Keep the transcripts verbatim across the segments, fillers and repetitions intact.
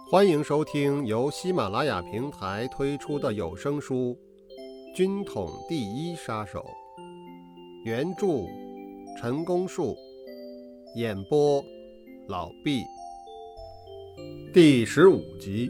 欢迎收听由喜马拉雅平台推出的有声书《军统第一杀手》，原著陈功树，演播老毕。第十五集，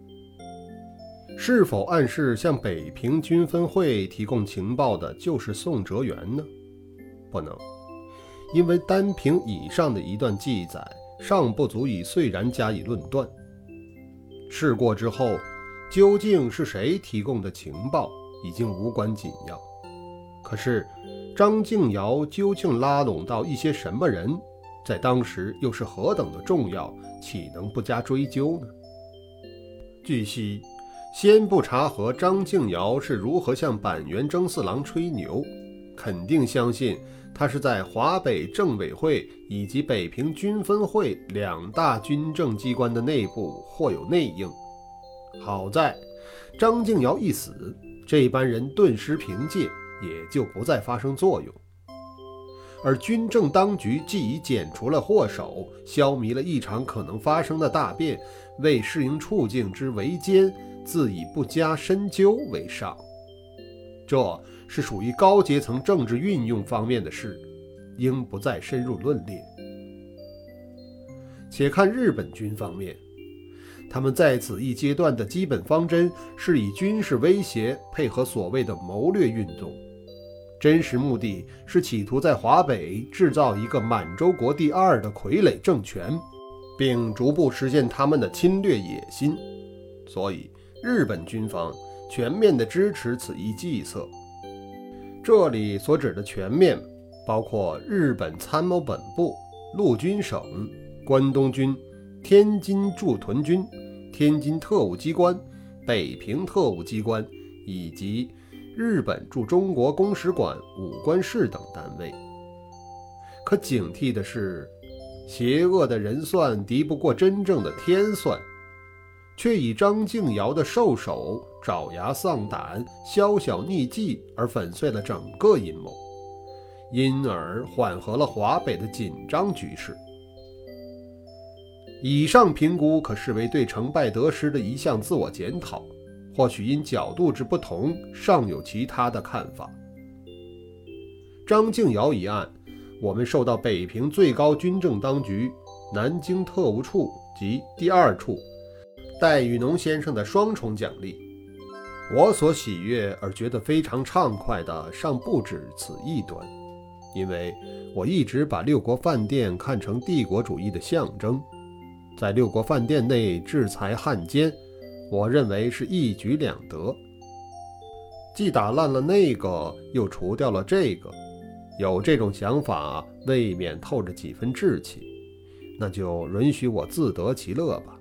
是否暗示向北平军分会提供情报的就是宋哲元呢？不能，因为单凭以上的一段记载尚不足以遂然加以论断。事过之后，究竟是谁提供的情报已经无关紧要，可是张敬尧究竟拉拢到一些什么人，在当时又是何等的重要，岂能不加追究呢？据悉，先不查核张敬尧是如何向板垣征四郎吹牛，肯定相信他是在华北政委会以及北平军分会两大军政机关的内部或有内应。好在张敬尧一死，这班人顿时凭借，也就不再发生作用。而军政当局既已剪除了祸首，消弭了一场可能发生的大变，为适应处境之围歼，自以不加深究为上。这是属于高阶层政治运用方面的事，应不再深入论列。且看日本军方面，他们在此一阶段的基本方针是以军事威胁配合所谓的谋略运动，真实目的是企图在华北制造一个满洲国第二的傀儡政权，并逐步实现他们的侵略野心。所以日本军方全面地支持此一计策。这里所指的全面，包括日本参谋本部、陆军省、关东军、天津驻屯军、天津特务机关、北平特务机关以及日本驻中国公使馆、武官室等单位。可警惕的是，邪恶的人算敌不过真正的天算，却以张敬尧的受首、爪牙丧胆、宵小匿迹而粉碎了整个阴谋，因而缓和了华北的紧张局势。以上评估可视为对成败得失的一项自我检讨，或许因角度之不同，尚有其他的看法。张敬尧一案，我们受到北平最高军政当局、南京特务处及第二处戴雨农先生的双重奖励。我所喜悦而觉得非常畅快的尚不止此一端，因为我一直把六国饭店看成帝国主义的象征，在六国饭店内制裁汉奸，我认为是一举两得，既打烂了那个，又除掉了这个。有这种想法，未免透着几分志气，那就允许我自得其乐吧。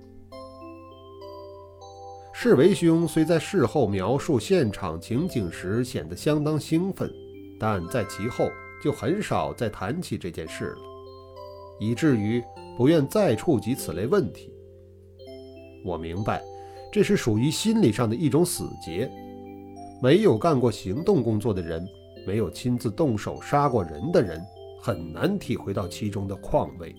世为兄虽在事后描述现场情景时显得相当兴奋，但在其后就很少再谈起这件事了，以至于不愿再触及此类问题。我明白，这是属于心理上的一种死结。没有干过行动工作的人，没有亲自动手杀过人的人，很难体会到其中的况味。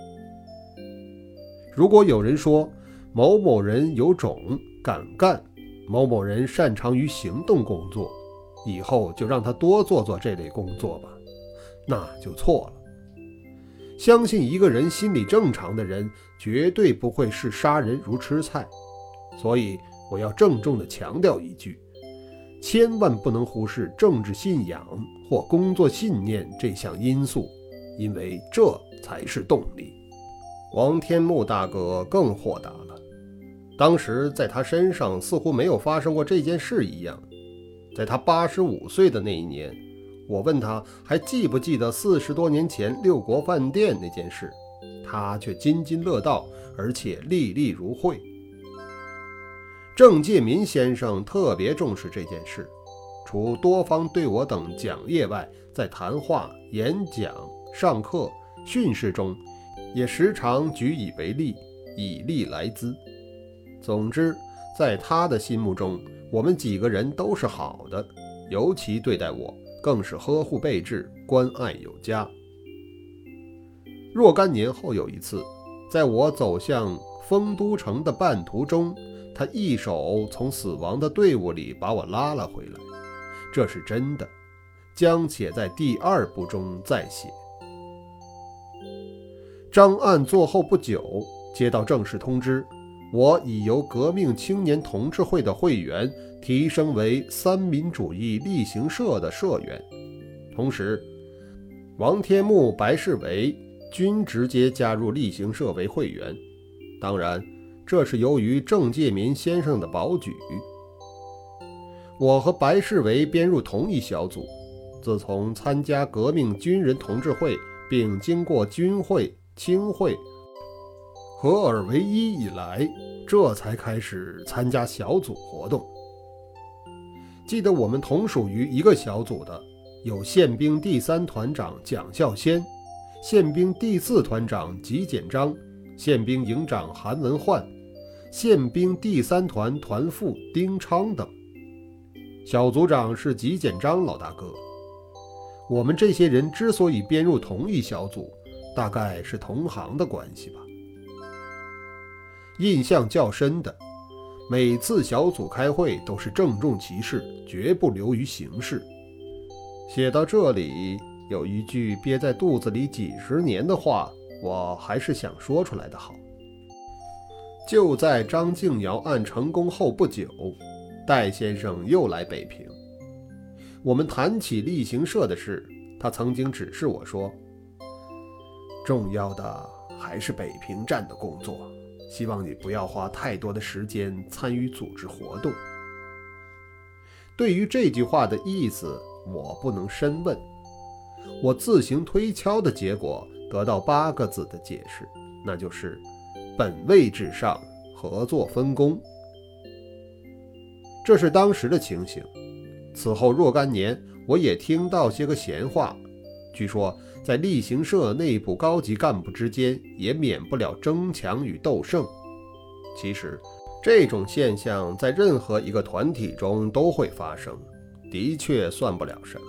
如果有人说某某人有种敢干，某某人擅长于行动工作，以后就让他多做做这类工作吧，那就错了。相信一个人心理正常的人，绝对不会视杀人如吃菜。所以我要郑重地强调一句，千万不能忽视政治信仰或工作信念这项因素，因为这才是动力。王天木大哥更豁达了，当时在他身上似乎没有发生过这件事一样。在他八十五岁的那一年，我问他还记不记得四十多年前六国饭店那件事，他却津津乐道，而且历历如绘。郑介民先生特别重视这件事，除多方对我等讲业外，在谈话、演讲、上课、训示中，也时常举以为例，以利来资。总之，在他的心目中，我们几个人都是好的，尤其对待我，更是呵护备至，关爱有加。若干年后有一次，在我走向丰都城的半途中，他一手从死亡的队伍里把我拉了回来，这是真的，将写在第二部中再写。张案做后不久，接到正式通知，我已由革命青年同志会的会员提升为三民主义力行社的社员，同时王天木、白世维均直接加入力行社为会员。当然，这是由于郑介民先生的保举。我和白世维编入同一小组，自从参加革命军人同志会，并经过军会、青会合二为一以来，这才开始参加小组活动。记得我们同属于一个小组的有宪兵第三团长蒋孝先、宪兵第四团长吉简章、宪兵营长韩文焕、宪兵第三团团副丁昌等。小组长是吉简章老大哥。我们这些人之所以编入同一小组，大概是同行的关系吧。印象较深的，每次小组开会都是郑重其事，绝不流于形式。写到这里，有一句憋在肚子里几十年的话，我还是想说出来的好。就在张敬尧案成功后不久，戴先生又来北平。我们谈起力行社的事，他曾经指示我说，重要的还是北平站的工作，希望你不要花太多的时间参与组织活动。对于这句话的意思，我不能深问，我自行推敲的结果得到八个字的解释，那就是本位至上，合作分工。这是当时的情形。此后若干年，我也听到些个闲话，据说在力行社内部高级干部之间也免不了争强与斗胜。其实这种现象在任何一个团体中都会发生，的确算不了什么。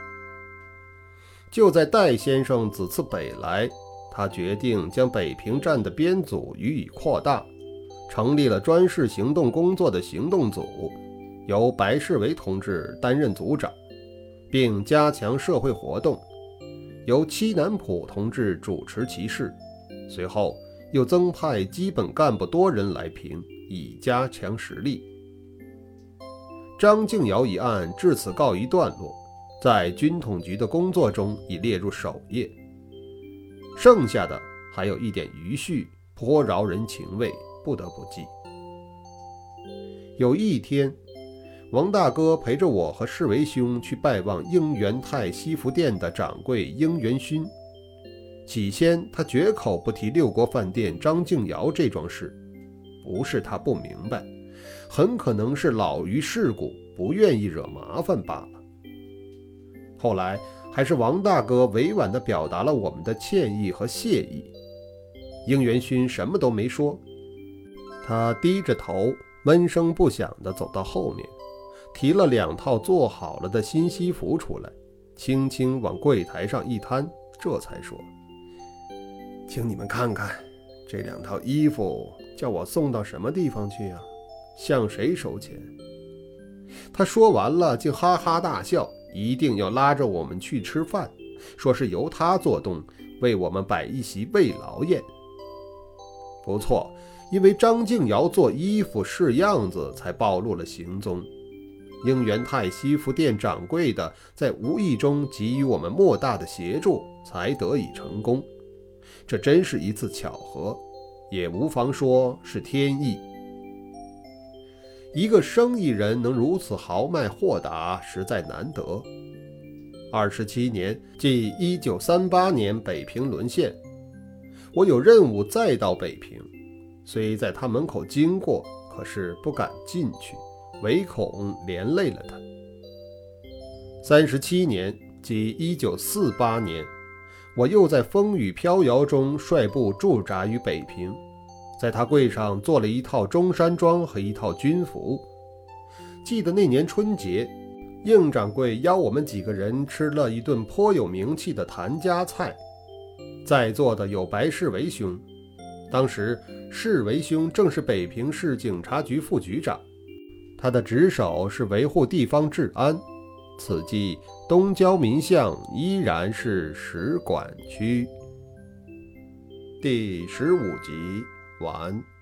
就在戴先生此次北来，他决定将北平站的编组予以扩大，成立了专事行动工作的行动组，由白世维同志担任组长，并加强社会活动，由戚南浦同志主持其事。随后又增派基本干部多人来评，以加强实力。张敬尧一案至此告一段落，在军统局的工作中已列入首页。剩下的还有一点余绪，颇饶人情味，不得不记。有一天，王大哥陪着我和世维兄去拜望应元泰西服店的掌柜应元勋。起先他绝口不提六国饭店张敬尧这桩事，不是他不明白，很可能是老于世故，不愿意惹麻烦罢了。后来还是王大哥委婉地表达了我们的歉意和谢意。应元勋什么都没说，他低着头闷声不响地走到后面，提了两套做好了的新西服出来，轻轻往柜台上一摊，这才说，请你们看看，这两套衣服叫我送到什么地方去啊？向谁收钱？他说完了，竟哈哈大笑，一定要拉着我们去吃饭，说是由他做东，为我们摆一席慰劳宴。不错，因为张敬尧做衣服试样子，才暴露了行踪。应元泰西服店掌柜的在无意中给予我们莫大的协助，才得以成功。这真是一次巧合，也无妨说是天意。一个生意人能如此豪迈豁达，实在难得。二十七年，即一九三八年北平沦陷，我有任务再到北平，虽在他门口经过，可是不敢进去，唯恐连累了他。三十七年，即一九四八年，我又在风雨飘摇中率部驻扎于北平，在他柜上做了一套中山装和一套军服。记得那年春节，应掌柜邀我们几个人吃了一顿颇有名气的谭家菜，在座的有白世维兄， 当时侍为兄正是北平市警察局副局长，他的职守是维护地方治安。此际东郊民巷依然是使管区。第十五集完。